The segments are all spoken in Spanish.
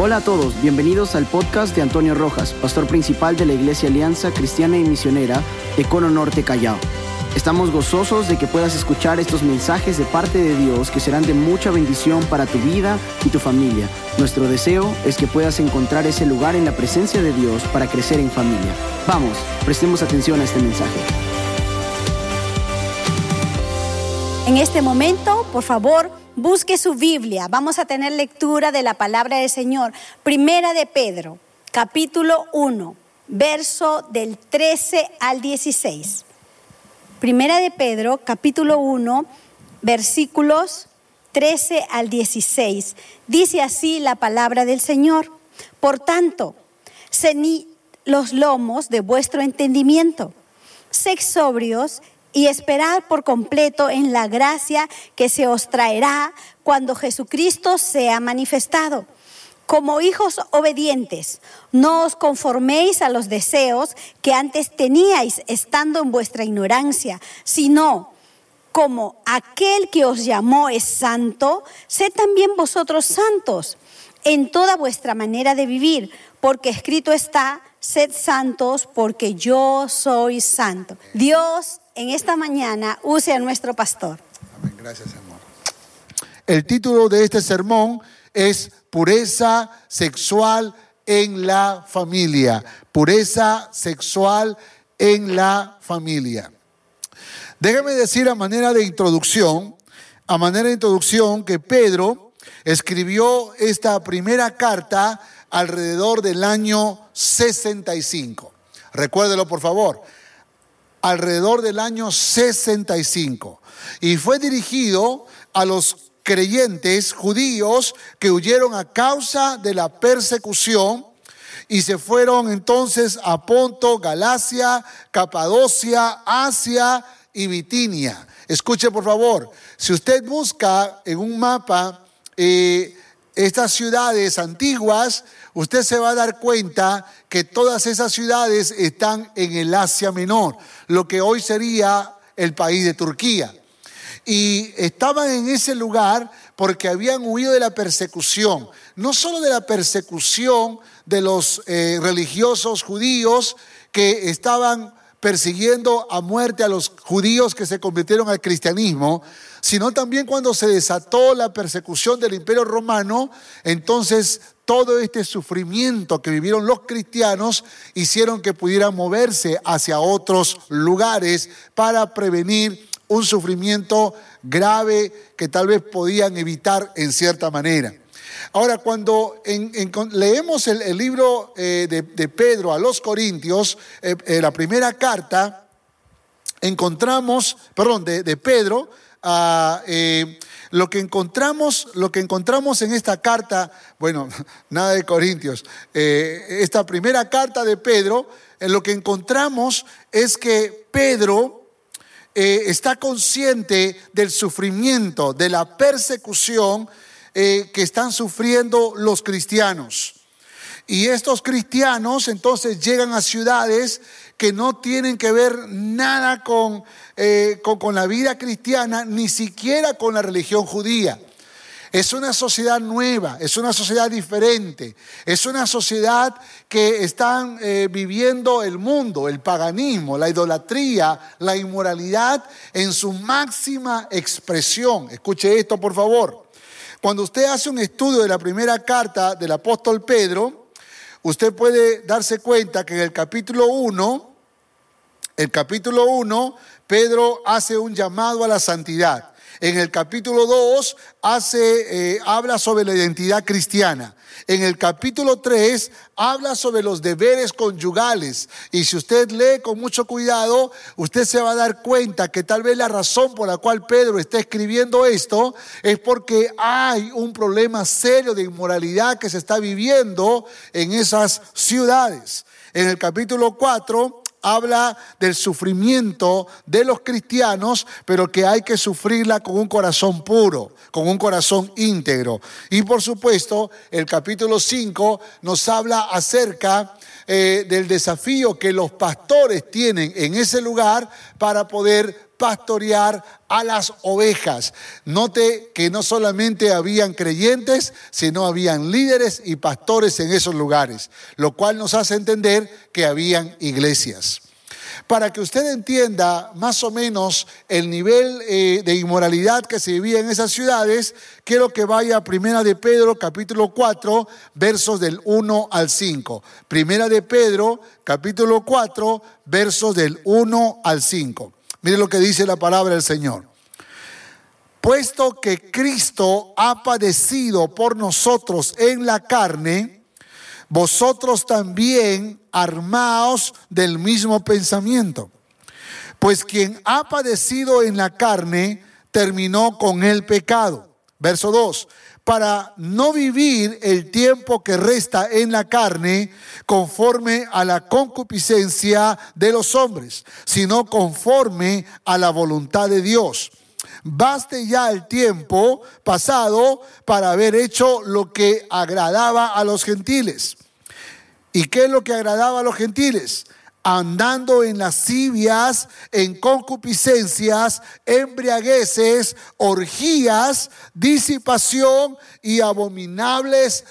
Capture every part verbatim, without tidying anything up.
Hola a todos, bienvenidos al podcast de Antonio Rojas, pastor principal de la Iglesia Alianza Cristiana y Misionera de Cono Norte, Callao. Estamos gozosos de que puedas escuchar estos mensajes de parte de Dios que serán de mucha bendición para tu vida y tu familia. Nuestro deseo es que puedas encontrar ese lugar en la presencia de Dios para crecer en familia. Vamos, prestemos atención a este mensaje. En este momento, por favor, busque su Biblia. Vamos a tener lectura de la palabra del Señor. Primera de Pedro, capítulo uno, verso del trece al dieciséis. Primera de Pedro, capítulo uno, versículos trece al dieciséis. Dice así la palabra del Señor. Por tanto, ceñid los lomos de vuestro entendimiento. Sed sobrios y esperad por completo en la gracia que se os traerá cuando Jesucristo sea manifestado. Como hijos obedientes, no os conforméis a los deseos que antes teníais estando en vuestra ignorancia, sino como aquel que os llamó es santo, sed también vosotros santos en toda vuestra manera de vivir, porque escrito está: sed santos porque yo soy santo. Dios en esta mañana use a nuestro pastor. Amén. Gracias, amor. El título de este sermón es Pureza sexual en la familia. Pureza sexual en la familia. Déjame decir a manera de introducción, a manera de introducción que Pedro escribió esta primera carta alrededor del año sesenta y cinco. Recuérdelo, por favor. Alrededor del año sesenta y cinco. Y fue dirigido a los creyentes judíos que huyeron a causa de la persecución y se fueron entonces a Ponto, Galacia, Capadocia, Asia y Bitinia. Escuche, por favor, si usted busca en un mapa eh, estas ciudades antiguas, usted se va a dar cuenta que todas esas ciudades están en el Asia Menor, lo que hoy sería el país de Turquía. Y estaban en ese lugar porque habían huido de la persecución, no solo de la persecución de los eh, religiosos judíos que estaban persiguiendo a muerte a los judíos que se convirtieron al cristianismo, sino también cuando se desató la persecución del Imperio Romano. Entonces todo este sufrimiento que vivieron los cristianos hicieron que pudieran moverse hacia otros lugares para prevenir un sufrimiento grave que tal vez podían evitar en cierta manera. Ahora, cuando en, en, leemos el, el libro eh, de, de Pedro a los Corintios, eh, eh, la primera carta, encontramos, perdón, de, de Pedro, uh, eh, lo que encontramos, lo que encontramos en esta carta, bueno, nada de Corintios, eh, esta primera carta de Pedro, en lo que encontramos es que Pedro eh, está consciente del sufrimiento, de la persecución Eh, que están sufriendo los cristianos. Y estos cristianos entonces llegan a ciudades que no tienen que ver nada con, eh, con, con la vida cristiana, ni siquiera con la religión judía. Es una sociedad nueva, es una sociedad diferente, es una sociedad que están eh, viviendo el mundo, el paganismo, la idolatría, la inmoralidad en su máxima expresión. Escuche esto, por favor. Cuando usted hace un estudio de la primera carta del apóstol Pedro, usted puede darse cuenta que en el capítulo uno, el capítulo uno, Pedro hace un llamado a la santidad. En el capítulo dos hace, eh, habla sobre la identidad cristiana. En el capítulo tres habla sobre los deberes conyugales. Y si usted lee con mucho cuidado, usted se va a dar cuenta que tal vez la razón por la cual Pedro está escribiendo esto es porque hay un problema serio de inmoralidad que se está viviendo en esas ciudades. En el capítulo cuatro habla del sufrimiento de los cristianos, pero que hay que sufrirla con un corazón puro, con un corazón íntegro. Y por supuesto, el capítulo cinco nos habla acerca eh, del desafío que los pastores tienen en ese lugar para poder pastorear a las ovejas. Note que no solamente habían creyentes, sino habían líderes y pastores en esos lugares, lo cual nos hace entender que habían iglesias. Para que usted entienda más o menos el nivel eh, de inmoralidad que se vivía en esas ciudades, quiero que vaya a Primera de Pedro, capítulo cuatro, versos del uno al cinco. Primera de Pedro, capítulo cuatro, versos del uno al cinco. Mire lo que dice la palabra del Señor. Puesto que Cristo ha padecido por nosotros en la carne, vosotros también armaos del mismo pensamiento. Pues quien ha padecido en la carne, terminó con el pecado. Verso dos. Para no vivir el tiempo que resta en la carne conforme a la concupiscencia de los hombres, sino conforme a la voluntad de Dios. Baste ya el tiempo pasado para haber hecho lo que agradaba a los gentiles. ¿Y qué es lo que agradaba a los gentiles? Andando en lascivias, en concupiscencias, embriagueces, orgías, disipación y abominables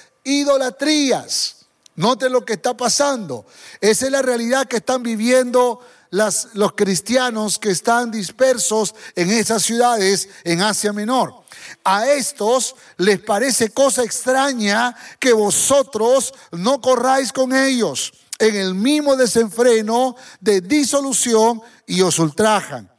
idolatrías. Noten lo que está pasando. Esa es la realidad que están viviendo Las, los cristianos que están dispersos en esas ciudades en Asia Menor. A estos les parece cosa extraña que vosotros no corráis con ellos en el mismo desenfreno de disolución y os ultrajan.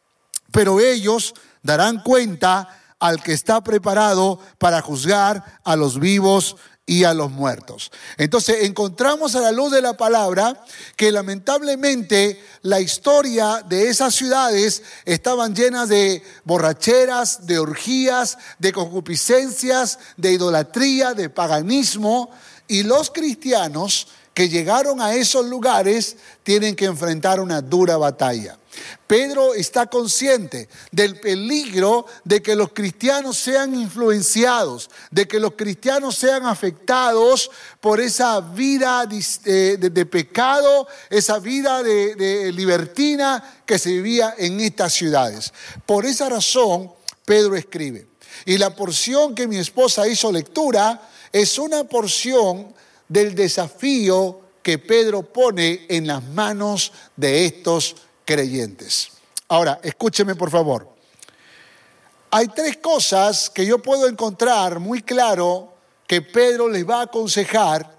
Pero ellos darán cuenta al que está preparado para juzgar a los vivos y a los muertos. Entonces encontramos a la luz de la palabra que lamentablemente la historia de esas ciudades estaban llenas de borracheras, de orgías, de concupiscencias, de idolatría, de paganismo, y los cristianos que llegaron a esos lugares tienen que enfrentar una dura batalla. Pedro está consciente del peligro de que los cristianos sean influenciados, de que los cristianos sean afectados por esa vida de, de, de pecado, esa vida de, de libertina que se vivía en estas ciudades. Por esa razón, Pedro escribe. Y la porción que mi esposa hizo lectura es una porción del desafío que Pedro pone en las manos de estos creyentes. Ahora, escúcheme por favor. Hay tres cosas que yo puedo encontrar muy claro que Pedro les va a aconsejar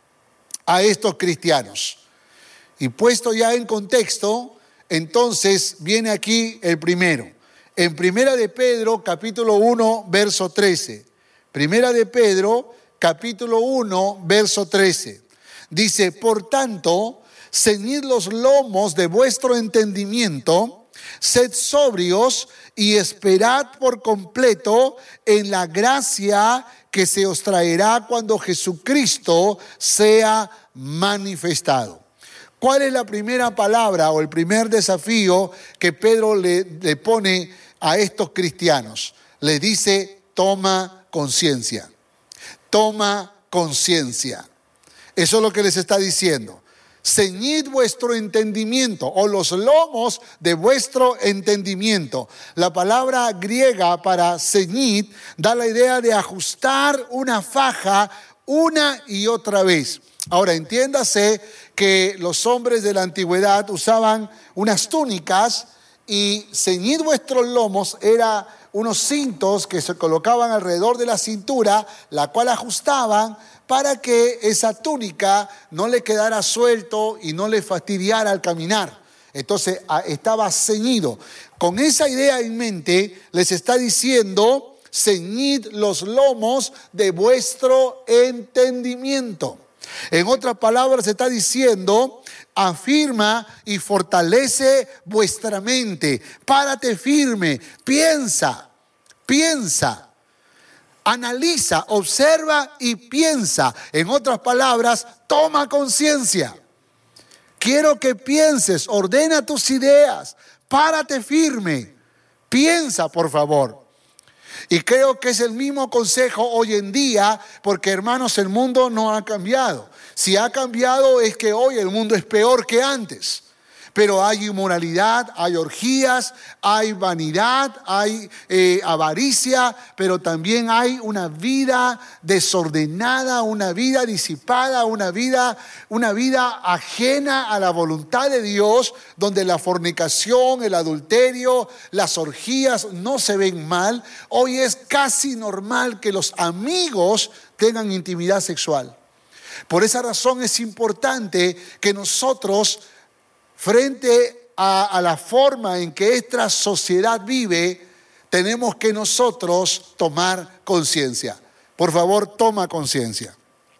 a estos cristianos. Y puesto ya en contexto, entonces viene aquí el primero. En Primera de Pedro, capítulo uno, verso trece. Primera de Pedro, capítulo uno, verso trece. Dice, por tanto, ceñid los lomos de vuestro entendimiento, sed sobrios y esperad por completo en la gracia que se os traerá cuando Jesucristo sea manifestado. ¿Cuál es la primera palabra o el primer desafío que Pedro le, le pone a estos cristianos? Le dice, toma conciencia. Toma conciencia. Eso es lo que les está diciendo. Ceñid vuestro entendimiento o los lomos de vuestro entendimiento. La palabra griega para ceñid da la idea de ajustar una faja una y otra vez. Ahora, entiéndase que los hombres de la antigüedad usaban unas túnicas y ceñid vuestros lomos era unos cintos que se colocaban alrededor de la cintura, la cual ajustaban para que esa túnica no le quedara suelto y no le fastidiara al caminar. Entonces estaba ceñido. Con esa idea en mente les está diciendo, ceñid los lomos de vuestro entendimiento. En otras palabras, se está diciendo, afirma y fortalece vuestra mente. Párate firme, piensa, piensa, analiza, observa y piensa. En otras palabras, toma conciencia. Quiero que pienses, ordena tus ideas, párate firme, piensa por favor. Y creo que es el mismo consejo hoy en día, porque hermanos, el mundo no ha cambiado. Si ha cambiado es que hoy el mundo es peor que antes. Pero hay inmoralidad, hay orgías, hay vanidad, hay eh, avaricia, pero también hay una vida desordenada, una vida disipada, una vida, una vida ajena a la voluntad de Dios, donde la fornicación, el adulterio, las orgías no se ven mal. Hoy es casi normal que los amigos tengan intimidad sexual. Por esa razón es importante que nosotros, frente a, a la forma en que esta sociedad vive, tenemos que nosotros tomar conciencia. Por favor, toma conciencia.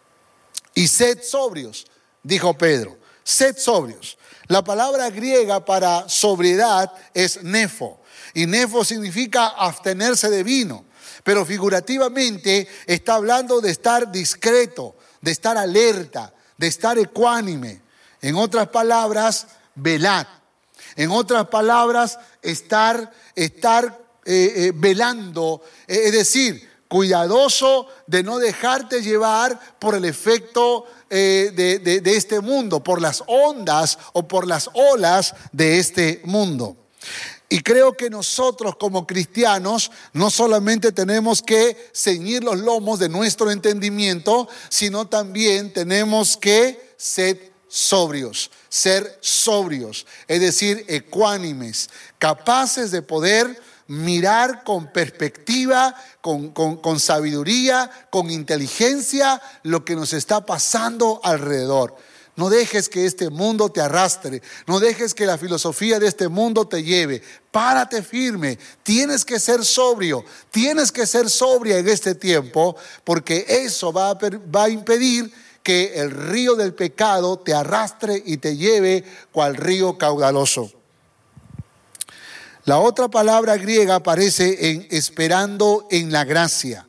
Y sed sobrios, dijo Pedro. Sed sobrios. La palabra griega para sobriedad es nefo. Y nefo significa abstenerse de vino. Pero figurativamente está hablando de estar discreto, de estar alerta, de estar ecuánime. En otras palabras, velad. En otras palabras, estar, estar eh, eh, velando, eh, es decir, cuidadoso de no dejarte llevar por el efecto eh, de, de, de este mundo, por las ondas o por las olas de este mundo. Y creo que nosotros como cristianos no solamente tenemos que ceñir los lomos de nuestro entendimiento, sino también tenemos que ser sobrios, ser sobrios, es decir, ecuánimes, capaces de poder mirar con perspectiva, con, con, con sabiduría, con inteligencia lo que nos está pasando alrededor. No dejes que este mundo te arrastre. No dejes que la filosofía de este mundo te lleve. Párate firme. Tienes que ser sobrio. Tienes que ser sobria en este tiempo, porque eso va a, va a impedir que el río del pecado te arrastre y te lleve cual río caudaloso. La otra palabra griega aparece en esperando en la gracia.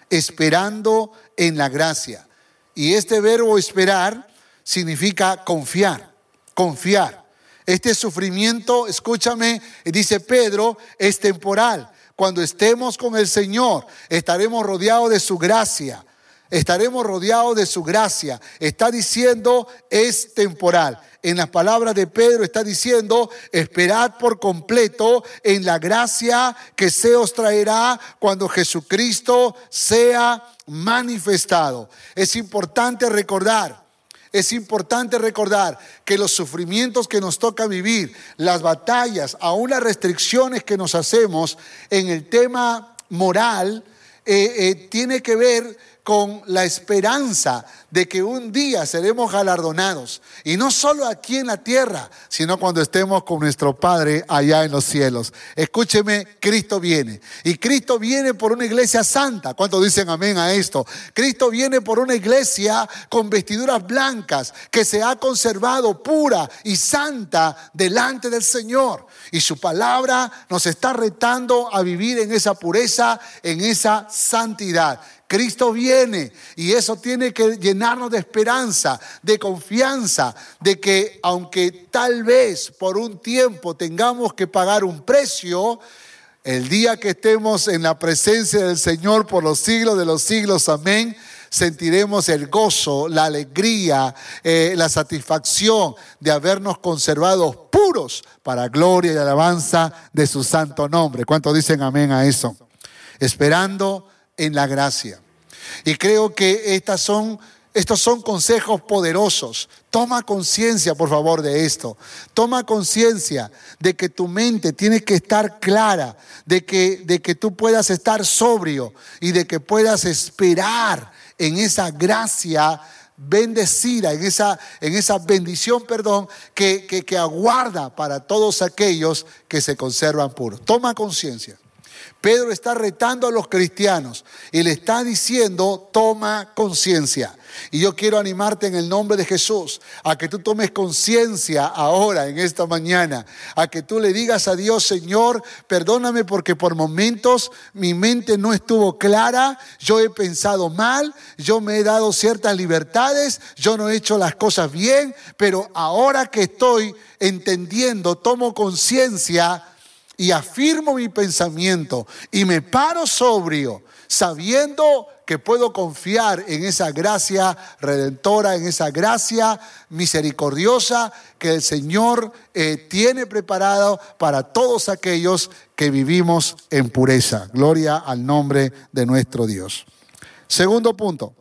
Esperando en la gracia. Y este verbo esperar significa confiar, confiar. Este sufrimiento, escúchame, dice Pedro, es temporal. Cuando estemos con el Señor, estaremos rodeados de su gracia. Estaremos rodeados de su gracia. Está diciendo, es temporal. En las palabras de Pedro está diciendo, esperad por completo en la gracia que se os traerá cuando Jesucristo sea manifestado. Es importante recordar. Es importante recordar que los sufrimientos que nos toca vivir, las batallas, aún las restricciones que nos hacemos en el tema moral, eh, eh, tiene que ver con la esperanza de que un día seremos galardonados. Y no solo aquí en la tierra, sino cuando estemos con nuestro Padre allá en los cielos. Escúcheme, Cristo viene. Y Cristo viene por una iglesia santa. ¿Cuántos dicen amén a esto? Cristo viene por una iglesia con vestiduras blancas, que se ha conservado pura y santa delante del Señor. Y su palabra nos está retando a vivir en esa pureza, en esa santidad. Cristo viene y eso tiene que llenarnos de esperanza, de confianza, de que aunque tal vez por un tiempo tengamos que pagar un precio, el día que estemos en la presencia del Señor por los siglos de los siglos, amén, sentiremos el gozo, la alegría, eh, la satisfacción de habernos conservado puros para gloria y alabanza de su santo nombre. ¿Cuántos dicen amén a eso? Esperando en la gracia. Y creo que estas son, estos son consejos poderosos. Toma conciencia, por favor, de esto. Toma conciencia de que tu mente tiene que estar clara, de que, de que tú puedas estar sobrio y de que puedas esperar en esa gracia bendecida, en esa, en esa bendición, perdón, que, que, que aguarda para todos aquellos que se conservan puros. Toma conciencia. Pedro está retando a los cristianos y le está diciendo, toma conciencia. Y yo quiero animarte en el nombre de Jesús a que tú tomes conciencia ahora, en esta mañana, a que tú le digas a Dios, Señor, perdóname porque por momentos mi mente no estuvo clara, yo he pensado mal, yo me he dado ciertas libertades, yo no he hecho las cosas bien, pero ahora que estoy entendiendo, tomo conciencia y afirmo mi pensamiento y me paro sobrio, sabiendo que puedo confiar en esa gracia redentora, en esa gracia misericordiosa que el Señor eh, tiene preparado para todos aquellos que vivimos en pureza. Gloria al nombre de nuestro Dios. Segundo punto.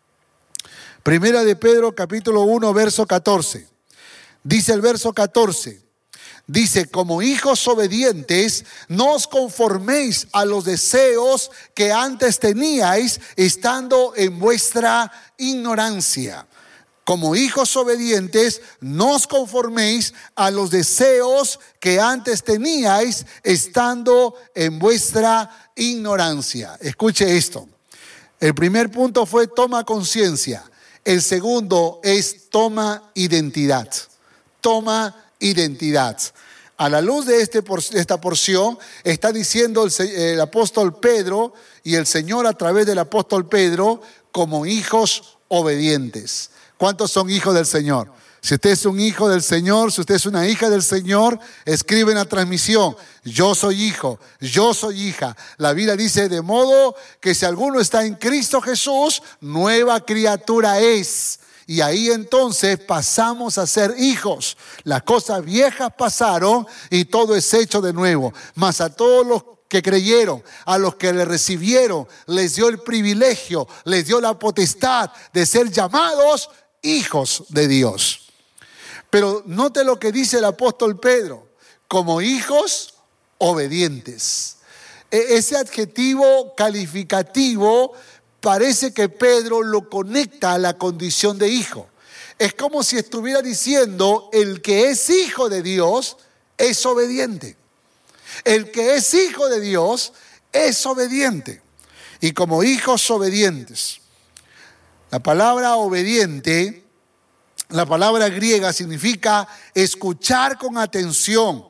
Primera de Pedro, capítulo uno, verso catorce. Dice el verso catorce. Dice, como hijos obedientes, no os conforméis a los deseos que antes teníais estando en vuestra ignorancia. Como hijos obedientes, no os conforméis a los deseos que antes teníais estando en vuestra ignorancia. Escuche esto. El primer punto fue toma conciencia. El segundo es toma identidad. Toma identidad. A la luz de este, esta porción está diciendo el, el apóstol Pedro y el Señor a través del apóstol Pedro como hijos obedientes. ¿Cuántos son hijos del Señor? Si usted es un hijo del Señor, si usted es una hija del Señor, escribe en la transmisión, yo soy hijo, yo soy hija. La Biblia dice, de modo que si alguno está en Cristo Jesús, nueva criatura es. Y ahí entonces pasamos a ser hijos. Las cosas viejas pasaron y todo es hecho de nuevo. Mas a todos los que creyeron, a los que le recibieron, les dio el privilegio, les dio la potestad de ser llamados hijos de Dios. Pero note lo que dice el apóstol Pedro, como hijos obedientes. Ese adjetivo calificativo parece que Pedro lo conecta a la condición de hijo. Es como si estuviera diciendo, el que es hijo de Dios es obediente. El que es hijo de Dios es obediente. Y como hijos obedientes, la palabra obediente, la palabra griega significa escuchar con atención,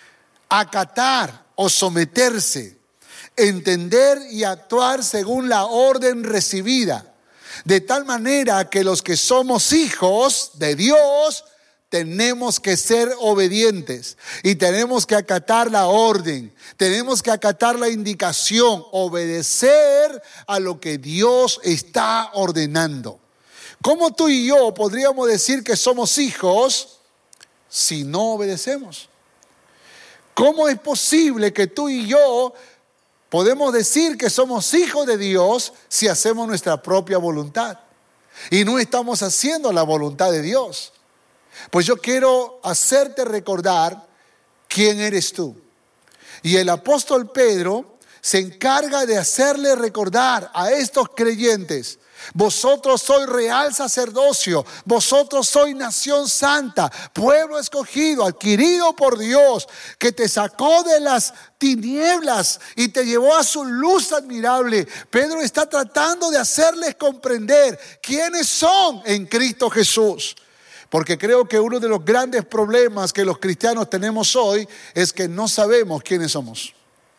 acatar o someterse, entender y actuar según la orden recibida, de tal manera que los que somos hijos de Dios tenemos que ser obedientes y tenemos que acatar la orden, tenemos que acatar la indicación, obedecer a lo que Dios está ordenando. ¿Cómo tú y yo podríamos decir que somos hijos si no obedecemos? ¿Cómo es posible que tú y yo podemos decir que somos hijos de Dios si hacemos nuestra propia voluntad y no estamos haciendo la voluntad de Dios? Pues yo quiero hacerte recordar quién eres tú. Y el apóstol Pedro se encarga de hacerle recordar a estos creyentes: vosotros sois real sacerdocio, vosotros sois nación santa, pueblo escogido, adquirido por Dios, que te sacó de las tinieblas y te llevó a su luz admirable. Pedro está tratando de hacerles comprender quiénes son en Cristo Jesús. Porque creo que uno de los grandes problemas que los cristianos tenemos hoy es que no sabemos quiénes somos.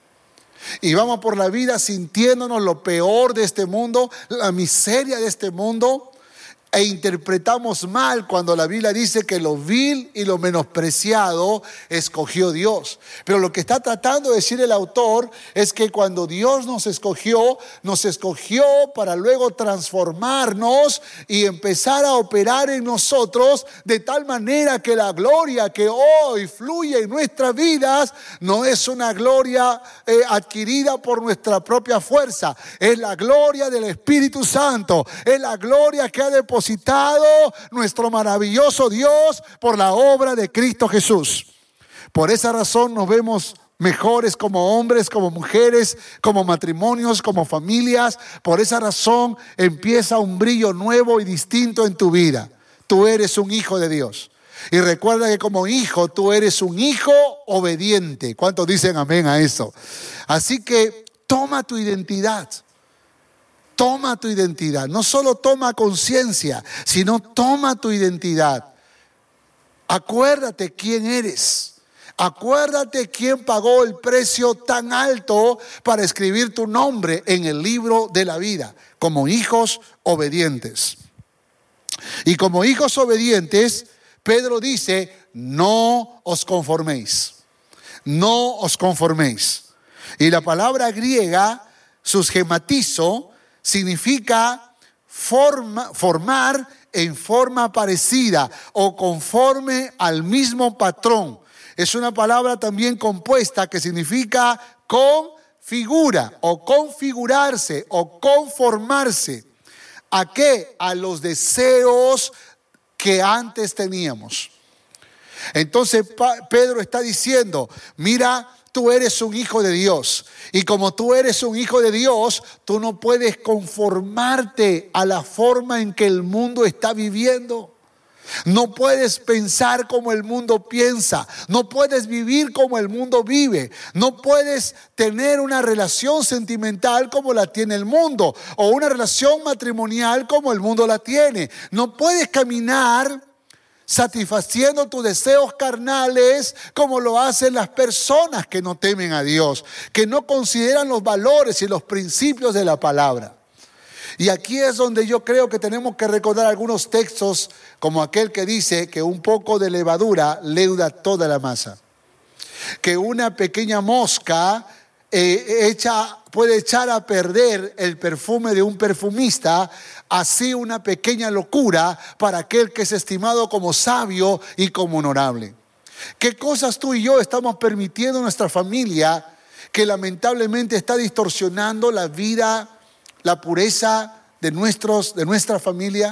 Y vamos por la vida sintiéndonos lo peor de este mundo, la miseria de este mundo, e interpretamos mal cuando la Biblia dice que lo vil y lo menospreciado escogió Dios. Pero lo que está tratando de decir el autor es que cuando Dios nos escogió, nos escogió para luego transformarnos y empezar a operar en nosotros de tal manera que la gloria que hoy fluye en nuestras vidas no es una gloria eh, adquirida por nuestra propia fuerza, es la gloria del Espíritu Santo, es la gloria que ha depositado nuestro maravilloso Dios por la obra de Cristo Jesús. Por esa razón nos vemos mejores como hombres, como mujeres, como matrimonios, como familias. Por esa razón empieza un brillo nuevo y distinto en tu vida. Tú eres un hijo de Dios. Y recuerda que como hijo, tú eres un hijo obediente. ¿Cuántos dicen amén a eso? Así que toma tu identidad. Toma tu identidad. No solo toma conciencia, sino toma tu identidad. Acuérdate quién eres. Acuérdate quién pagó el precio tan alto para escribir tu nombre en el libro de la vida, como hijos obedientes. Y como hijos obedientes, Pedro dice, no os conforméis. no os conforméis. Y la palabra griega, susgematizo, significa forma, formar en forma parecida o conforme al mismo patrón. Es una palabra también compuesta que significa configura o configurarse o conformarse. ¿A qué? A los deseos que antes teníamos. Entonces Pedro está diciendo, mira, tú eres un hijo de Dios. Y como tú eres un hijo de Dios, tú no puedes conformarte a la forma en que el mundo está viviendo. No puedes pensar como el mundo piensa. No puedes vivir como el mundo vive. No puedes tener una relación sentimental como la tiene el mundo, o una relación matrimonial como el mundo la tiene. No puedes caminar satisfaciendo tus deseos carnales como lo hacen las personas que no temen a Dios, que no consideran los valores y los principios de la palabra. Y aquí es donde yo creo que tenemos que recordar algunos textos, como aquel que dice que un poco de levadura leuda toda la masa. Que una pequeña mosca eh, echa, puede echar a perder el perfume de un perfumista. Así una pequeña locura para aquel que es estimado como sabio y como honorable. ¿Qué cosas tú y yo estamos permitiendo en nuestra familia que lamentablemente está distorsionando la vida, la pureza de, nuestros, de nuestra familia?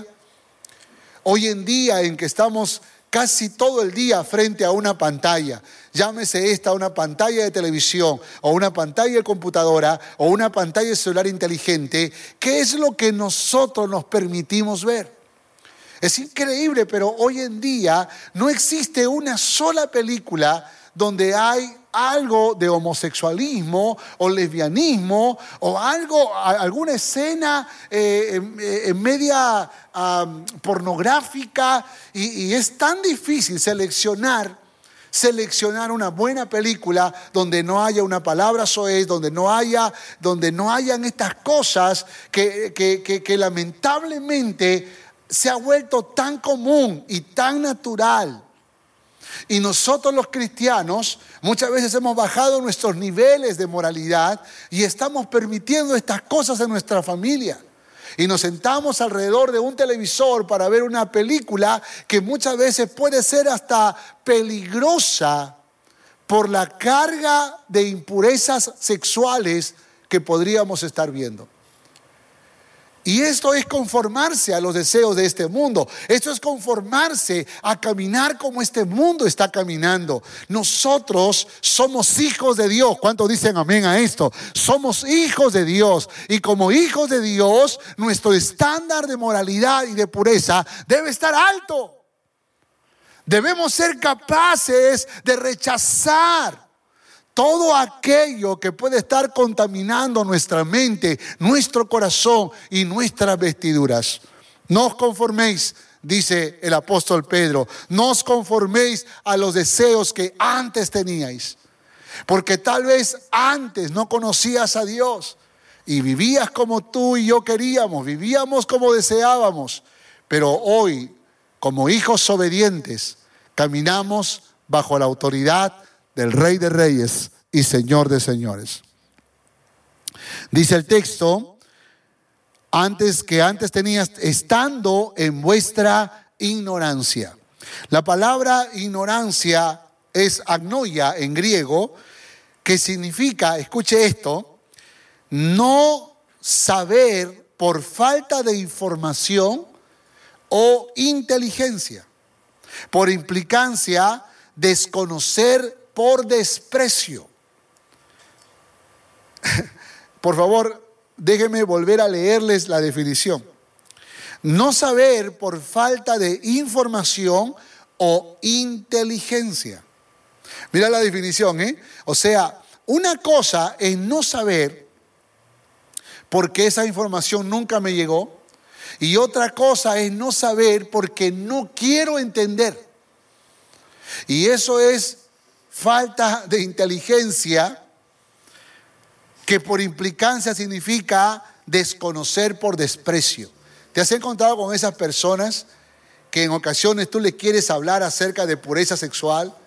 Hoy en día en que estamos casi todo el día frente a una pantalla, llámese esta una pantalla de televisión o una pantalla de computadora o una pantalla de celular inteligente, ¿qué es lo que nosotros nos permitimos ver? Es increíble, pero hoy en día no existe una sola película donde hay algo de homosexualismo o lesbianismo o algo, alguna escena eh, eh, media um, pornográfica, y, y es tan difícil seleccionar seleccionar una buena película donde no haya una palabra soez, donde no haya, donde no hayan estas cosas que, que, que, que lamentablemente se ha vuelto tan común y tan natural. Y nosotros los cristianos muchas veces hemos bajado nuestros niveles de moralidad y estamos permitiendo estas cosas en nuestra familia. Y nos sentamos alrededor de un televisor para ver una película que muchas veces puede ser hasta peligrosa por la carga de impurezas sexuales que podríamos estar viendo. Y esto es conformarse a los deseos de este mundo. Esto es conformarse a caminar como este mundo está caminando. Nosotros somos hijos de Dios. ¿Cuántos dicen amén a esto? Somos hijos de Dios. Y como hijos de Dios, nuestro estándar de moralidad y de pureza debe estar alto. Debemos ser capaces de rechazar todo aquello que puede estar contaminando nuestra mente, nuestro corazón y nuestras vestiduras. No os conforméis, dice el apóstol Pedro, no os conforméis a los deseos que antes teníais. Porque tal vez antes no conocías a Dios y vivías como tú y yo queríamos, vivíamos como deseábamos. Pero hoy, como hijos obedientes, caminamos bajo la autoridad del Rey de Reyes y Señor de Señores. Dice el texto, antes que antes tenías, estando en vuestra ignorancia. La palabra ignorancia es agnoia en griego, que significa, escuche esto, no saber por falta de información o inteligencia. Por implicancia, desconocer por desprecio. Por favor, déjenme volver a leerles la definición. No saber por falta de información o inteligencia. Mira la definición, ¿eh? O sea, una cosa es no saber porque esa información nunca me llegó, y otra cosa es no saber porque no quiero entender. Y eso es falta de inteligencia, que por implicancia significa desconocer por desprecio. ¿Te has encontrado con esas personas que en ocasiones tú le quieres hablar acerca de pureza sexual?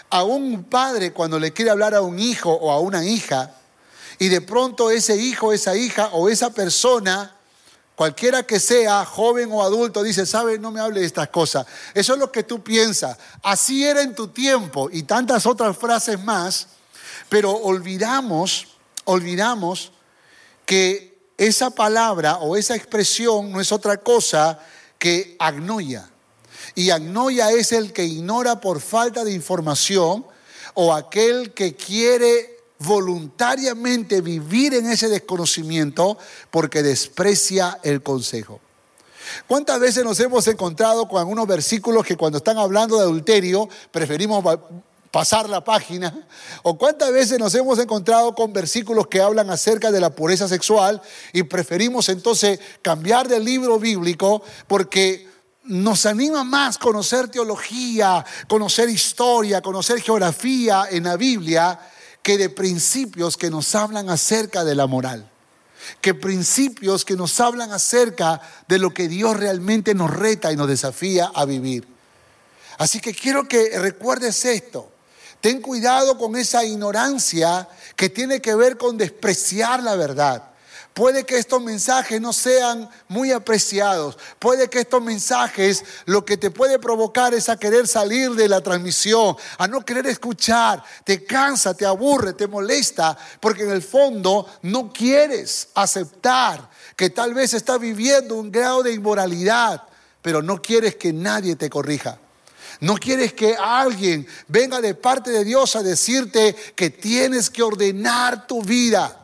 A un padre cuando le quiere hablar a un hijo o a una hija, y de pronto ese hijo, esa hija o esa persona, cualquiera que sea, joven o adulto, dice, ¿sabe? No me hable de estas cosas. Eso es lo que tú piensas. Así era en tu tiempo, y tantas otras frases más. Pero olvidamos, olvidamos que esa palabra o esa expresión no es otra cosa que agnoia. Y agnoia es el que ignora por falta de información, o aquel que quiere voluntariamente vivir en ese desconocimiento porque desprecia el consejo. ¿Cuántas veces nos hemos encontrado con algunos versículos que cuando están hablando de adulterio preferimos pasar la página? ¿O cuántas veces nos hemos encontrado con versículos que hablan acerca de la pureza sexual y preferimos entonces cambiar de libro bíblico porque nos anima más conocer teología, conocer historia, conocer geografía en la Biblia, que de principios que nos hablan acerca de la moral, que principios que nos hablan acerca de lo que Dios realmente nos reta y nos desafía a vivir? Así que quiero que recuerdes esto. Ten cuidado con esa ignorancia que tiene que ver con despreciar la verdad. Puede que estos mensajes no sean muy apreciados. Puede que estos mensajes lo que te puede provocar es a querer salir de la transmisión, a no querer escuchar. Te cansa, te aburre, te molesta, porque en el fondo no quieres aceptar que tal vez estás viviendo un grado de inmoralidad, pero no quieres que nadie te corrija. No quieres que alguien venga de parte de Dios a decirte que tienes que ordenar tu vida.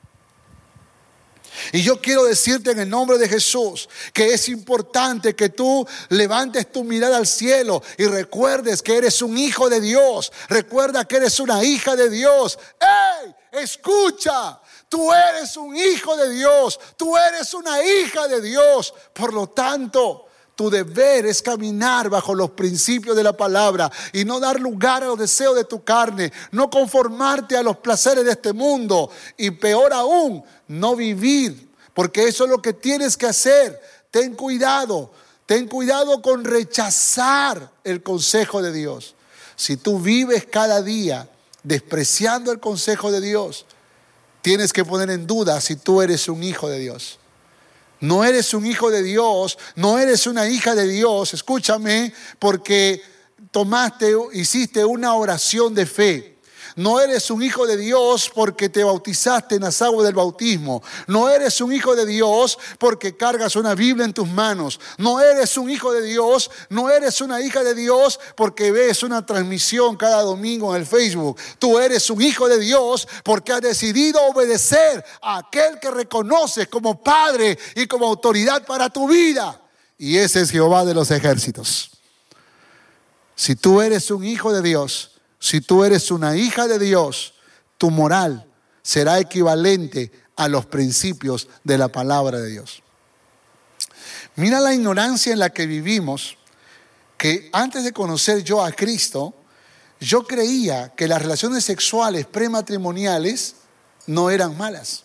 Y yo quiero decirte en el nombre de Jesús que es importante que tú levantes tu mirada al cielo y recuerdes que eres un hijo de Dios. Recuerda que eres una hija de Dios. ¡Ey! Escucha. Tú eres un hijo de Dios. Tú eres una hija de Dios. Por lo tanto, tu deber es caminar bajo los principios de la palabra y no dar lugar a los deseos de tu carne, no conformarte a los placeres de este mundo y peor aún, no vivir, porque eso es lo que tienes que hacer. Ten cuidado, ten cuidado con rechazar el consejo de Dios. Si tú vives cada día despreciando el consejo de Dios, tienes que poner en duda si tú eres un hijo de Dios. No eres un hijo de Dios, no eres una hija de Dios, escúchame, porque tomaste, hiciste una oración de fe. No eres un hijo de Dios porque te bautizaste en las aguas del bautismo. No eres un hijo de Dios porque cargas una Biblia en tus manos. No eres un hijo de Dios, no eres una hija de Dios porque ves una transmisión cada domingo en el Facebook. Tú eres un hijo de Dios porque has decidido obedecer a aquel que reconoces como Padre y como autoridad para tu vida. Y ese es Jehová de los ejércitos. Si tú eres un hijo de Dios, si tú eres una hija de Dios, tu moral será equivalente a los principios de la palabra de Dios. Mira la ignorancia en la que vivimos, que antes de conocer yo a Cristo, yo creía que las relaciones sexuales prematrimoniales no eran malas.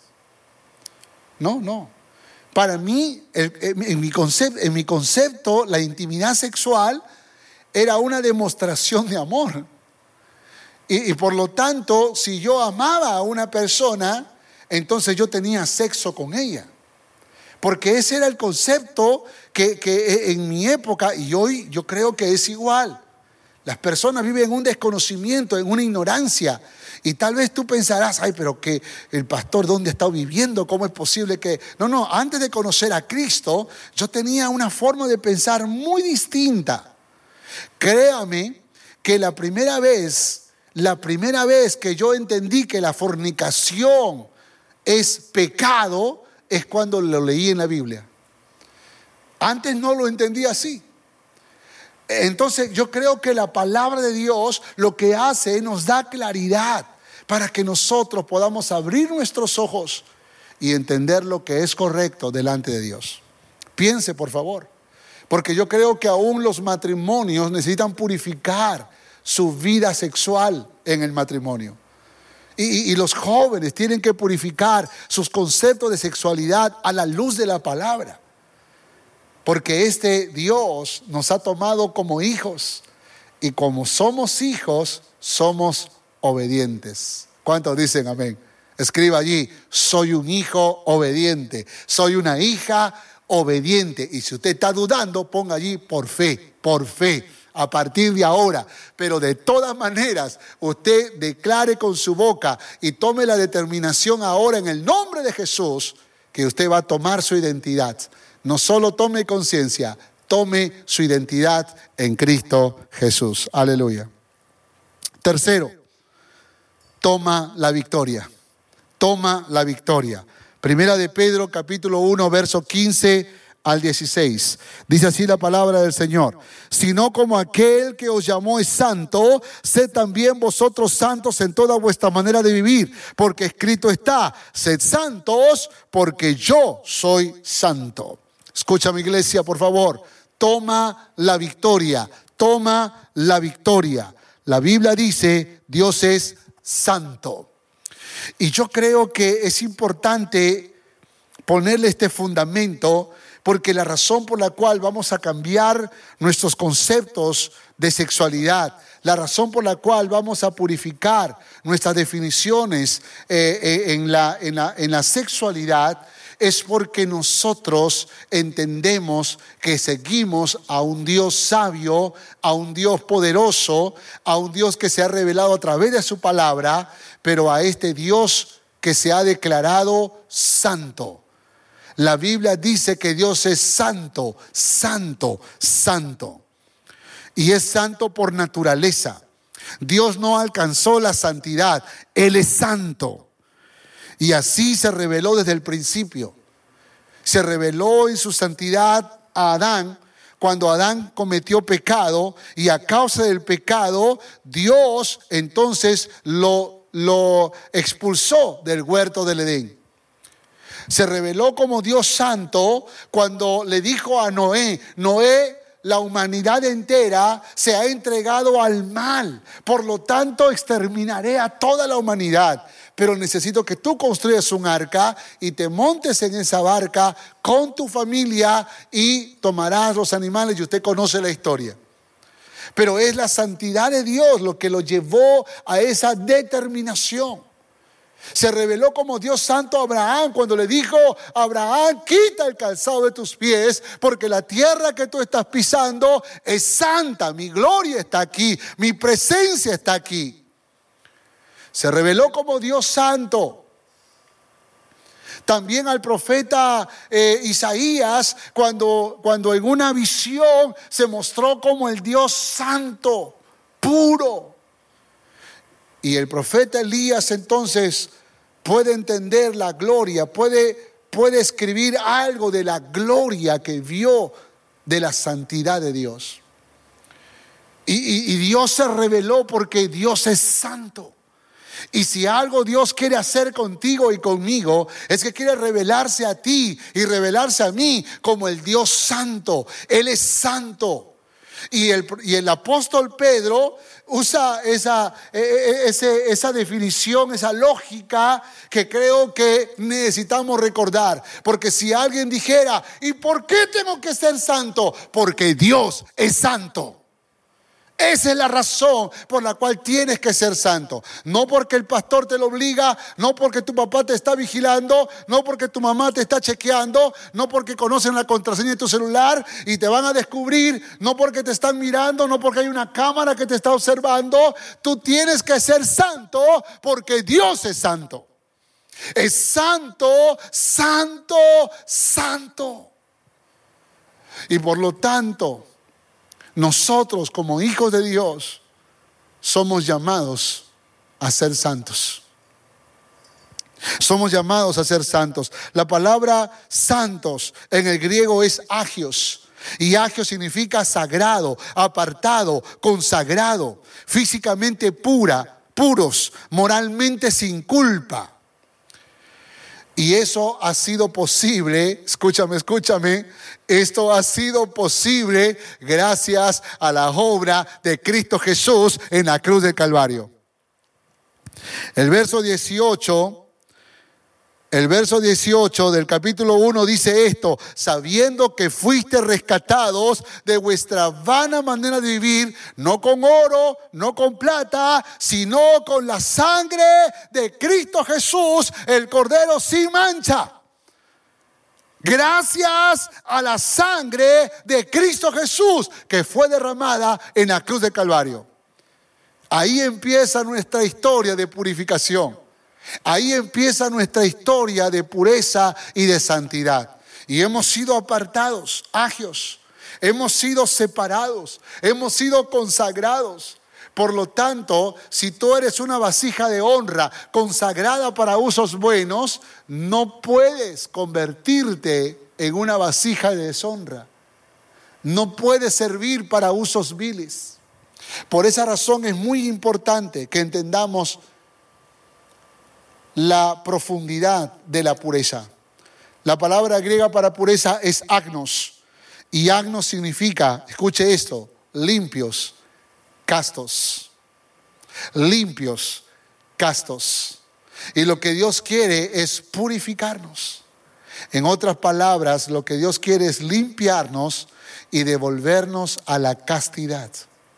No, no. Para mí, en mi concepto, en mi concepto, la intimidad sexual era una demostración de amor. Y, y por lo tanto, si yo amaba a una persona, entonces yo tenía sexo con ella. Porque ese era el concepto que, que en mi época, y hoy yo creo que es igual. Las personas viven en un desconocimiento, en una ignorancia. Y tal vez tú pensarás, ay, pero que el pastor, ¿dónde está viviendo? ¿Cómo es posible que...? No, no, antes de conocer a Cristo, yo tenía una forma de pensar muy distinta. Créame que la primera vez... La primera vez que yo entendí que la fornicación es pecado es cuando lo leí en la Biblia. Antes no lo entendía así. Entonces yo creo que la palabra de Dios lo que hace es nos da claridad para que nosotros podamos abrir nuestros ojos y entender lo que es correcto delante de Dios. Piense, por favor, porque yo creo que aún los matrimonios necesitan purificar su vida sexual en el matrimonio. Y, y, y los jóvenes tienen que purificar sus conceptos de sexualidad a la luz de la palabra. Porque este Dios nos ha tomado como hijos. Y como somos hijos, somos obedientes. ¿Cuántos dicen amén? Escriba allí, soy un hijo obediente, soy una hija obediente. Y si usted está dudando, ponga allí por fe, por fe, a partir de ahora. Pero de todas maneras, usted declare con su boca y tome la determinación ahora en el nombre de Jesús que usted va a tomar su identidad. No solo tome conciencia, tome su identidad en Cristo Jesús. Aleluya. Tercero, toma la victoria. Toma la victoria. Primera de Pedro, capítulo uno, verso quince al dieciséis. Dice así la palabra del Señor. Sino como aquel que os llamó es santo, sed también vosotros santos en toda vuestra manera de vivir. Porque escrito está, sed santos porque yo soy santo. Escucha mi iglesia, por favor. Toma la victoria. Toma la victoria. La Biblia dice, Dios es santo. Y yo creo que es importante ponerle este fundamento, porque la razón por la cual vamos a cambiar nuestros conceptos de sexualidad, la razón por la cual vamos a purificar nuestras definiciones eh, eh, en, la, en, la, en la sexualidad, es porque nosotros entendemos que seguimos a un Dios sabio, a un Dios poderoso, a un Dios que se ha revelado a través de su palabra, pero a este Dios que se ha declarado santo. La Biblia dice que Dios es santo, santo, santo. Y es santo por naturaleza. Dios no alcanzó la santidad, Él es santo. Y así se reveló desde el principio. Se reveló en su santidad a Adán cuando Adán cometió pecado, y a causa del pecado Dios entonces lo, lo expulsó del huerto del Edén. Se reveló como Dios santo cuando le dijo a Noé, Noé, la humanidad entera se ha entregado al mal, por lo tanto exterminaré a toda la humanidad. Pero necesito que tú construyas un arca y te montes en esa barca con tu familia y tomarás los animales, y usted conoce la historia. Pero es la santidad de Dios lo que lo llevó a esa determinación. Se reveló como Dios santo a Abraham cuando le dijo, Abraham, quita el calzado de tus pies, porque la tierra que tú estás pisando es santa, mi gloria está aquí, mi presencia está aquí. Se reveló como Dios santo. También al profeta eh, Isaías, cuando, cuando en una visión se mostró como el Dios santo, puro. Y el profeta Elías entonces puede entender la gloria, puede, puede escribir algo de la gloria que vio de la santidad de Dios. Y, y, y Dios se reveló porque Dios es santo. Y si algo Dios quiere hacer contigo y conmigo, es que quiere revelarse a ti y revelarse a mí como el Dios santo. Él es santo. Y el, y el apóstol Pedro usa esa, ese, esa definición, esa lógica que creo que necesitamos recordar. Porque si alguien dijera, ¿y por qué tengo que ser santo? Porque Dios es santo. Esa es la razón por la cual tienes que ser santo. No porque el pastor te lo obliga, no porque tu papá te está vigilando, no porque tu mamá te está chequeando, no porque conocen la contraseña de tu celular y te van a descubrir, no porque te están mirando, no porque hay una cámara que te está observando. Tú tienes que ser santo porque Dios es santo. Es santo, santo, santo. Y por lo tanto, nosotros como hijos de Dios somos llamados a ser santos. Somos llamados a ser santos. La palabra santos en el griego es agios. Y agios significa sagrado, apartado, consagrado, físicamente pura, puros, moralmente sin culpa. Y eso ha sido posible, escúchame, escúchame, esto ha sido posible gracias a la obra de Cristo Jesús en la cruz del Calvario. El verso dieciocho El verso dieciocho del capítulo uno dice esto: sabiendo que fuiste rescatados de vuestra vana manera de vivir, no con oro, no con plata, sino con la sangre de Cristo Jesús, el Cordero sin mancha. Gracias a la sangre de Cristo Jesús que fue derramada en la cruz del Calvario. Ahí empieza nuestra historia de purificación. Ahí empieza nuestra historia de pureza y de santidad. Y hemos sido apartados, agios. Hemos sido separados. Hemos sido consagrados. Por lo tanto, si tú eres una vasija de honra consagrada para usos buenos, no puedes convertirte en una vasija de deshonra. No puedes servir para usos viles. Por esa razón es muy importante que entendamos la profundidad de la pureza. La palabra griega para pureza es agnos. Y agnos significa, escuche esto, limpios, castos. Limpios, castos. Y lo que Dios quiere es purificarnos. En otras palabras, lo que Dios quiere es limpiarnos y devolvernos a la castidad,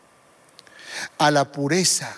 a la pureza,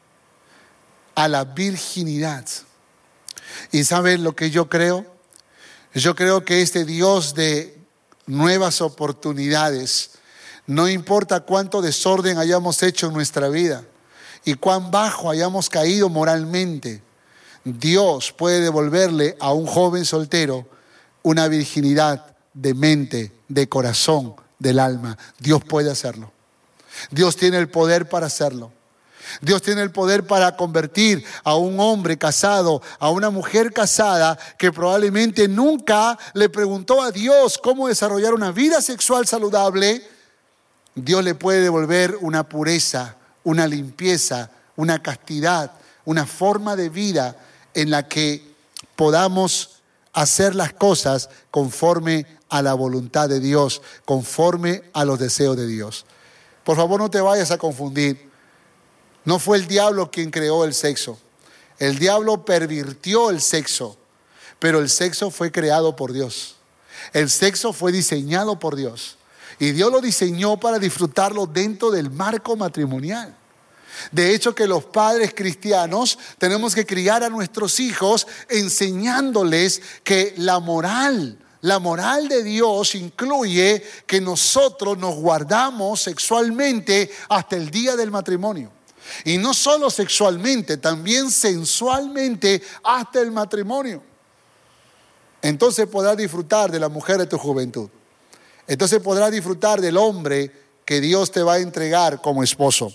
a la virginidad. ¿Y saben lo que yo creo? Yo creo que este Dios de nuevas oportunidades, no importa cuánto desorden hayamos hecho en nuestra vida y cuán bajo hayamos caído moralmente, Dios puede devolverle a un joven soltero una virginidad de mente, de corazón, del alma. Dios puede hacerlo. Dios tiene el poder para hacerlo. Dios tiene el poder para convertir a un hombre casado, a una mujer casada que probablemente nunca le preguntó a Dios cómo desarrollar una vida sexual saludable. Dios le puede devolver una pureza, una limpieza, una castidad, una forma de vida en la que podamos hacer las cosas conforme a la voluntad de Dios, conforme a los deseos de Dios. Por favor, no te vayas a confundir. No fue el diablo quien creó el sexo. El diablo pervirtió el sexo, pero el sexo fue creado por Dios. El sexo fue diseñado por Dios. Y Dios lo diseñó para disfrutarlo dentro del marco matrimonial. De hecho, que los padres cristianos tenemos que criar a nuestros hijos enseñándoles que la moral, la moral de Dios incluye que nosotros nos guardamos sexualmente hasta el día del matrimonio. Y no solo sexualmente, también sensualmente hasta el matrimonio. Entonces podrás disfrutar de la mujer de tu juventud. Entonces podrás disfrutar del hombre que Dios te va a entregar como esposo.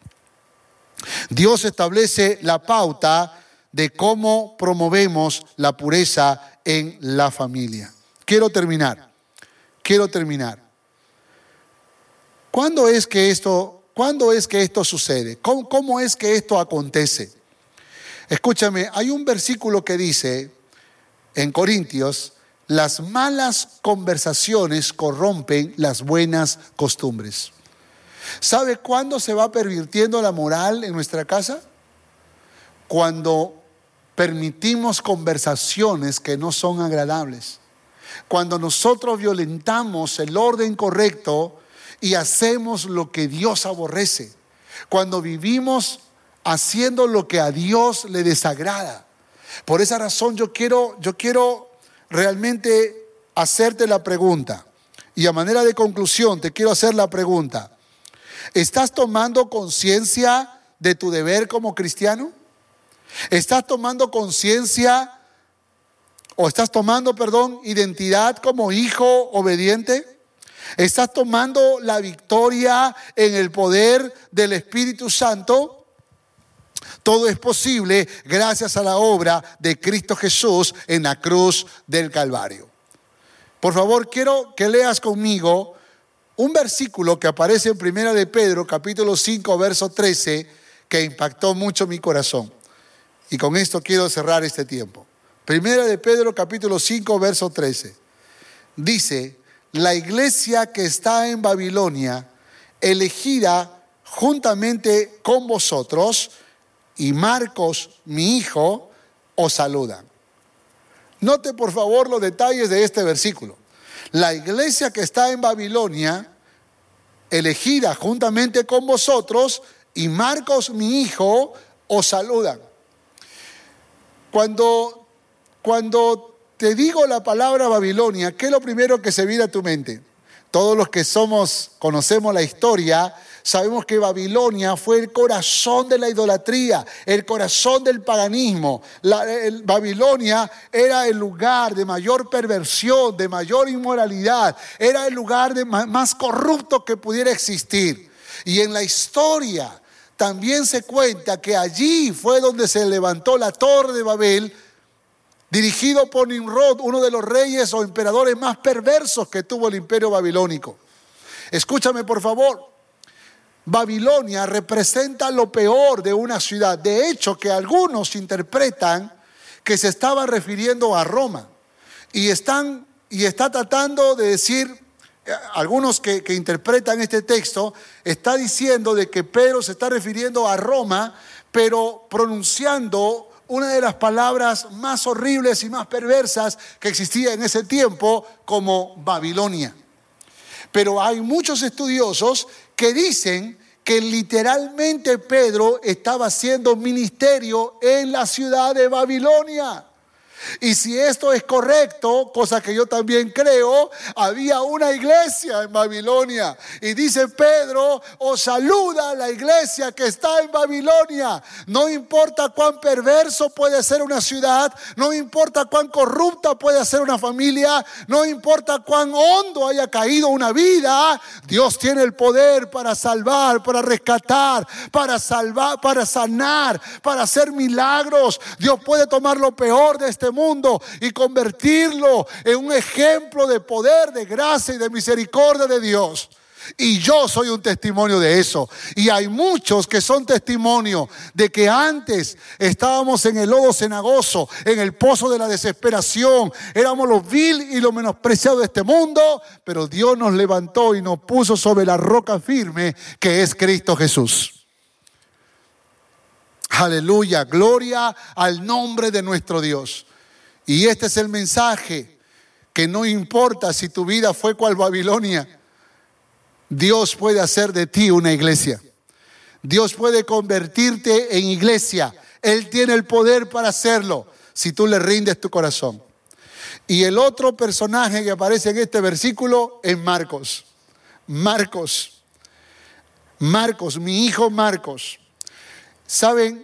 Dios establece la pauta de cómo promovemos la pureza en la familia. Quiero terminar. Quiero terminar. ¿Cuándo es que esto ¿Cuándo es que esto sucede? ¿Cómo, ¿Cómo es que esto acontece? Escúchame, hay un versículo que dice en Corintios: las malas conversaciones corrompen las buenas costumbres. ¿Sabe cuándo se va pervirtiendo la moral en nuestra casa? Cuando permitimos conversaciones que no son agradables. Cuando nosotros violentamos el orden correcto y hacemos lo que Dios aborrece. Cuando vivimos haciendo lo que a Dios le desagrada. Por esa razón yo quiero, yo quiero realmente hacerte la pregunta. Y a manera de conclusión te quiero hacer la pregunta: ¿estás tomando conciencia de tu deber como cristiano? ¿Estás tomando conciencia o estás tomando, perdón, identidad como hijo obediente? ¿Estás tomando la victoria en el poder del Espíritu Santo? Todo es posible gracias a la obra de Cristo Jesús en la cruz del Calvario. Por favor, quiero que leas conmigo un versículo que aparece en Primera de Pedro, capítulo cinco, verso trece, que impactó mucho mi corazón. Y con esto quiero cerrar este tiempo. Primera de Pedro, capítulo cinco, verso trece. Dice: la iglesia que está en Babilonia, elegida juntamente con vosotros, y Marcos, mi hijo, os saludan. Note por favor los detalles de este versículo. La iglesia que está en Babilonia, elegida juntamente con vosotros, y Marcos, mi hijo, os saludan. Cuando, cuando te digo la palabra Babilonia, ¿qué es lo primero que se viene a tu mente? Todos los que somos, conocemos la historia, sabemos que Babilonia fue el corazón de la idolatría, el corazón del paganismo. La, el, Babilonia era el lugar de mayor perversión, de mayor inmoralidad, era el lugar de más, más corrupto que pudiera existir. Y en la historia también se cuenta que allí fue donde se levantó la Torre de Babel, dirigido por Nimrod, uno de los reyes o emperadores más perversos que tuvo el imperio babilónico. Escúchame por favor. Babilonia representa lo peor de una ciudad. De hecho, que algunos interpretan que se estaba refiriendo a Roma. Y están y está tratando de decir, algunos que, que interpretan este texto, está diciendo de que Pedro se está refiriendo a Roma, pero pronunciando una de las palabras más horribles y más perversas que existía en ese tiempo, como Babilonia. Pero hay muchos estudiosos que dicen que literalmente Pedro estaba haciendo ministerio en la ciudad de Babilonia. Y si esto es correcto, cosa que yo también creo, había una iglesia en Babilonia. Y dice Pedro, os saluda la iglesia que está en Babilonia. No importa cuán perverso puede ser una ciudad, no importa cuán corrupta puede ser una familia, no importa cuán hondo haya caído una vida, Dios tiene el poder para salvar, para rescatar, para salvar, para sanar, para hacer milagros. Dios puede tomar lo peor de este mundo y convertirlo en un ejemplo de poder, de gracia y de misericordia de Dios. Y yo soy un testimonio de eso. Y hay muchos que son testimonio de que antes estábamos en el lodo cenagoso, en el pozo de la desesperación. Éramos los vil y los menospreciados de este mundo, pero Dios nos levantó y nos puso sobre la roca firme que es Cristo Jesús. Aleluya, gloria al nombre de nuestro Dios. Y este es el mensaje, que no importa si tu vida fue cual Babilonia, Dios puede hacer de ti una iglesia. Dios puede convertirte en iglesia. Él tiene el poder para hacerlo si tú le rindes tu corazón. Y el otro personaje que aparece en este versículo es Marcos. Marcos. Marcos, mi hijo Marcos. ¿Saben?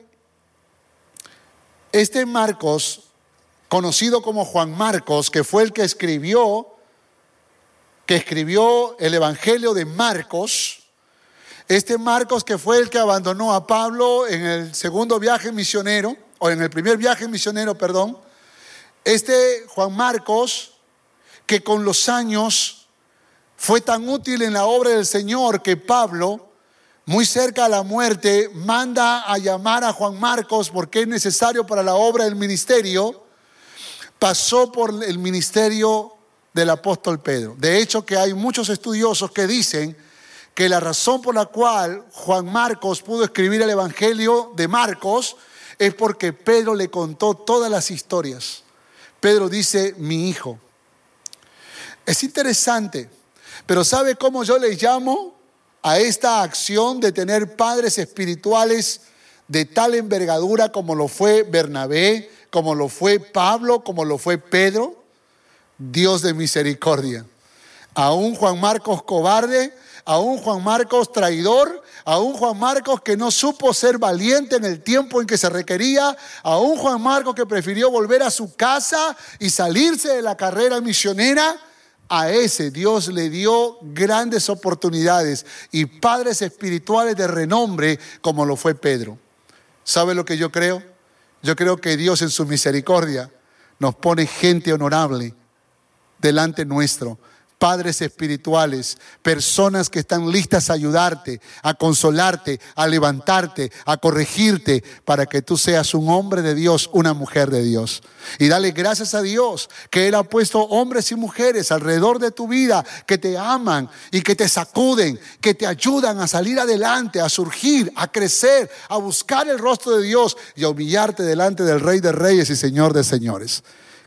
Este Marcos, conocido como Juan Marcos, que fue el que escribió, que escribió el Evangelio de Marcos. Este Marcos que fue el que abandonó a Pablo en el segundo viaje misionero, o en el primer viaje misionero, perdón. Este Juan Marcos, que con los años fue tan útil en la obra del Señor que Pablo, muy cerca a la muerte, manda a llamar a Juan Marcos porque es necesario para la obra del ministerio. Pasó por el ministerio del apóstol Pedro. De hecho, que hay muchos estudiosos que dicen que la razón por la cual Juan Marcos pudo escribir el Evangelio de Marcos es porque Pedro le contó todas las historias. Pedro dice, mi hijo. Es interesante, pero ¿sabe cómo yo le llamo a esta acción de tener padres espirituales de tal envergadura como lo fue Bernabé, como lo fue Pablo, como lo fue Pedro? Dios de misericordia. A un Juan Marcos cobarde, a un Juan Marcos traidor, a un Juan Marcos que no supo ser valiente en el tiempo en que se requería, a un Juan Marcos que prefirió volver a su casa y salirse de la carrera misionera. A ese Dios le dio grandes oportunidades y padres espirituales de renombre como lo fue Pedro. ¿Sabe lo que yo creo? Yo creo que Dios en su misericordia nos pone gente honorable delante nuestro, padres espirituales, personas que están listas a ayudarte, a consolarte, a levantarte, a corregirte, para que tú seas un hombre de Dios, una mujer de Dios. Y dale gracias a Dios que Él ha puesto hombres y mujeres alrededor de tu vida que te aman y que te sacuden, que te ayudan a salir adelante, a surgir, a crecer, a buscar el rostro de Dios y a humillarte delante del Rey de Reyes y Señor de Señores.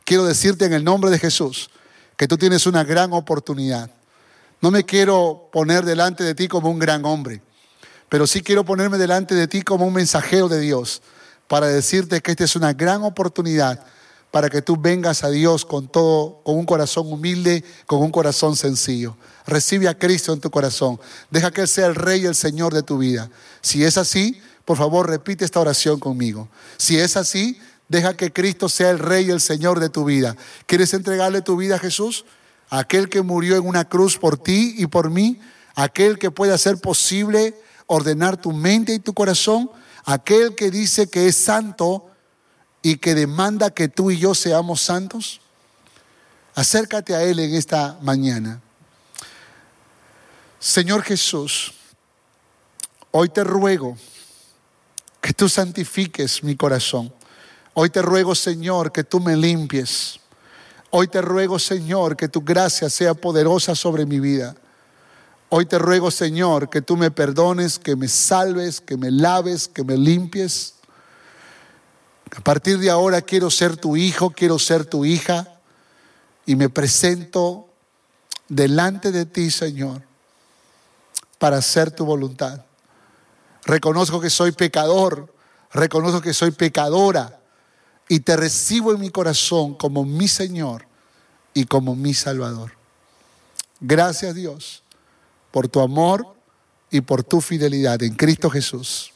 quiero decirte en el nombre de Jesús que tú tienes una gran oportunidad. No me quiero poner delante de ti como un gran hombre, pero sí quiero ponerme delante de ti como un mensajero de Dios para decirte que esta es una gran oportunidad para que tú vengas a Dios con todo, con un corazón humilde, con un corazón sencillo. Recibe a Cristo en tu corazón. Deja que Él sea el Rey y el Señor de tu vida. Si es así, por favor, repite esta oración conmigo. Si es así, deja que Cristo sea el Rey y el Señor de tu vida. ¿Quieres entregarle tu vida a Jesús? Aquel que murió en una cruz por ti y por mí. Aquel que puede hacer posible ordenar tu mente y tu corazón. Aquel que dice que es santo y que demanda que tú y yo seamos santos. Acércate a Él en esta mañana. Señor Jesús, hoy te ruego que tú santifiques mi corazón. Hoy te ruego, Señor, que tú me limpies. Hoy te ruego, Señor, que tu gracia sea poderosa sobre mi vida. Hoy te ruego, Señor, que tú me perdones, que me salves, que me laves, que me limpies. A partir de ahora quiero ser tu hijo, quiero ser tu hija y me presento delante de ti, Señor, para hacer tu voluntad. Reconozco que soy pecador, reconozco que soy pecadora y te recibo en mi corazón como mi Señor y como mi Salvador. Gracias, Dios, por tu amor y por tu fidelidad en Cristo Jesús.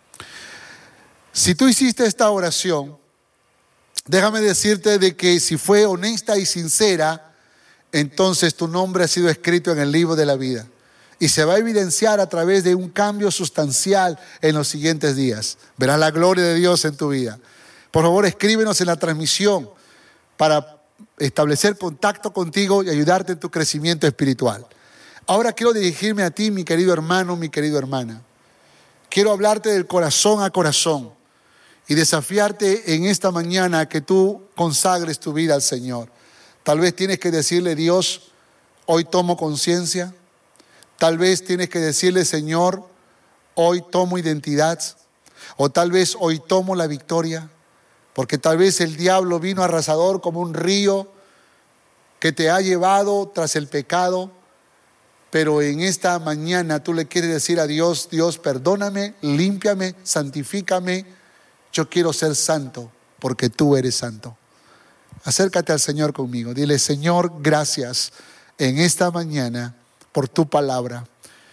Si tú hiciste esta oración, déjame decirte de que si fue honesta y sincera, entonces tu nombre ha sido escrito en el libro de la vida. Y se va a evidenciar a través de un cambio sustancial en los siguientes días. Verás la gloria de Dios en tu vida. Por favor, escríbenos en la transmisión para establecer contacto contigo y ayudarte en tu crecimiento espiritual. Ahora quiero dirigirme a ti, mi querido hermano, mi querida hermana. Quiero hablarte del corazón a corazón y desafiarte en esta mañana a que tú consagres tu vida al Señor. Tal vez tienes que decirle, Dios, hoy tomo conciencia. Tal vez tienes que decirle, Señor, hoy tomo identidad. O tal vez hoy tomo la victoria. Porque tal vez el diablo vino arrasador como un río que te ha llevado tras el pecado. Pero en esta mañana tú le quieres decir a Dios, Dios, perdóname, límpiame, santifícame. Yo quiero ser santo porque tú eres santo. Acércate al Señor conmigo. Dile, Señor, gracias en esta mañana por tu palabra.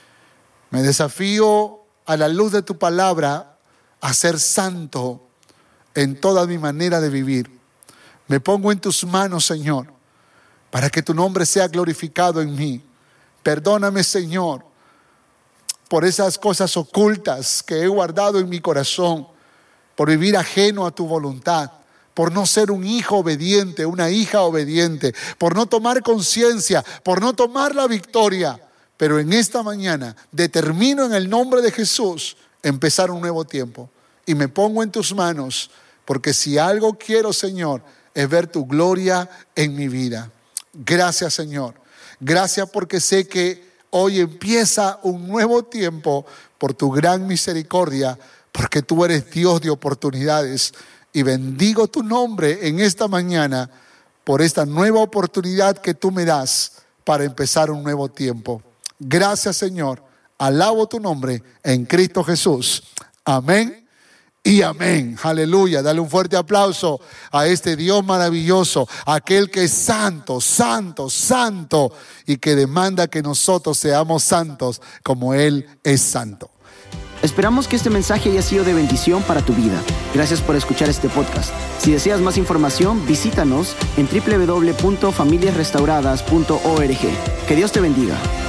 Me desafío a la luz de tu palabra a ser santo en toda mi manera de vivir. Me pongo en tus manos, Señor, para que tu nombre sea glorificado en mí. Perdóname, Señor, por esas cosas ocultas que he guardado en mi corazón, por vivir ajeno a tu voluntad, por no ser un hijo obediente, una hija obediente, por no tomar conciencia, por no tomar la victoria. Pero en esta mañana determino en el nombre de Jesús empezar un nuevo tiempo y me pongo en tus manos, porque si algo quiero, Señor, es ver tu gloria en mi vida. Gracias, Señor. Gracias porque sé que hoy empieza un nuevo tiempo por tu gran misericordia, porque tú eres Dios de oportunidades. Y bendigo tu nombre en esta mañana por esta nueva oportunidad que tú me das para empezar un nuevo tiempo. Gracias, Señor. Alabo tu nombre en Cristo Jesús. Amén y amén. Aleluya. Dale un fuerte aplauso a este Dios maravilloso, aquel que es santo, santo, santo y que demanda que nosotros seamos santos como Él es santo. Esperamos que este mensaje haya sido de bendición para tu vida. Gracias por escuchar este podcast. Si deseas más información, visítanos en doble u doble u doble u punto familias restauradas punto org. Que Dios te bendiga.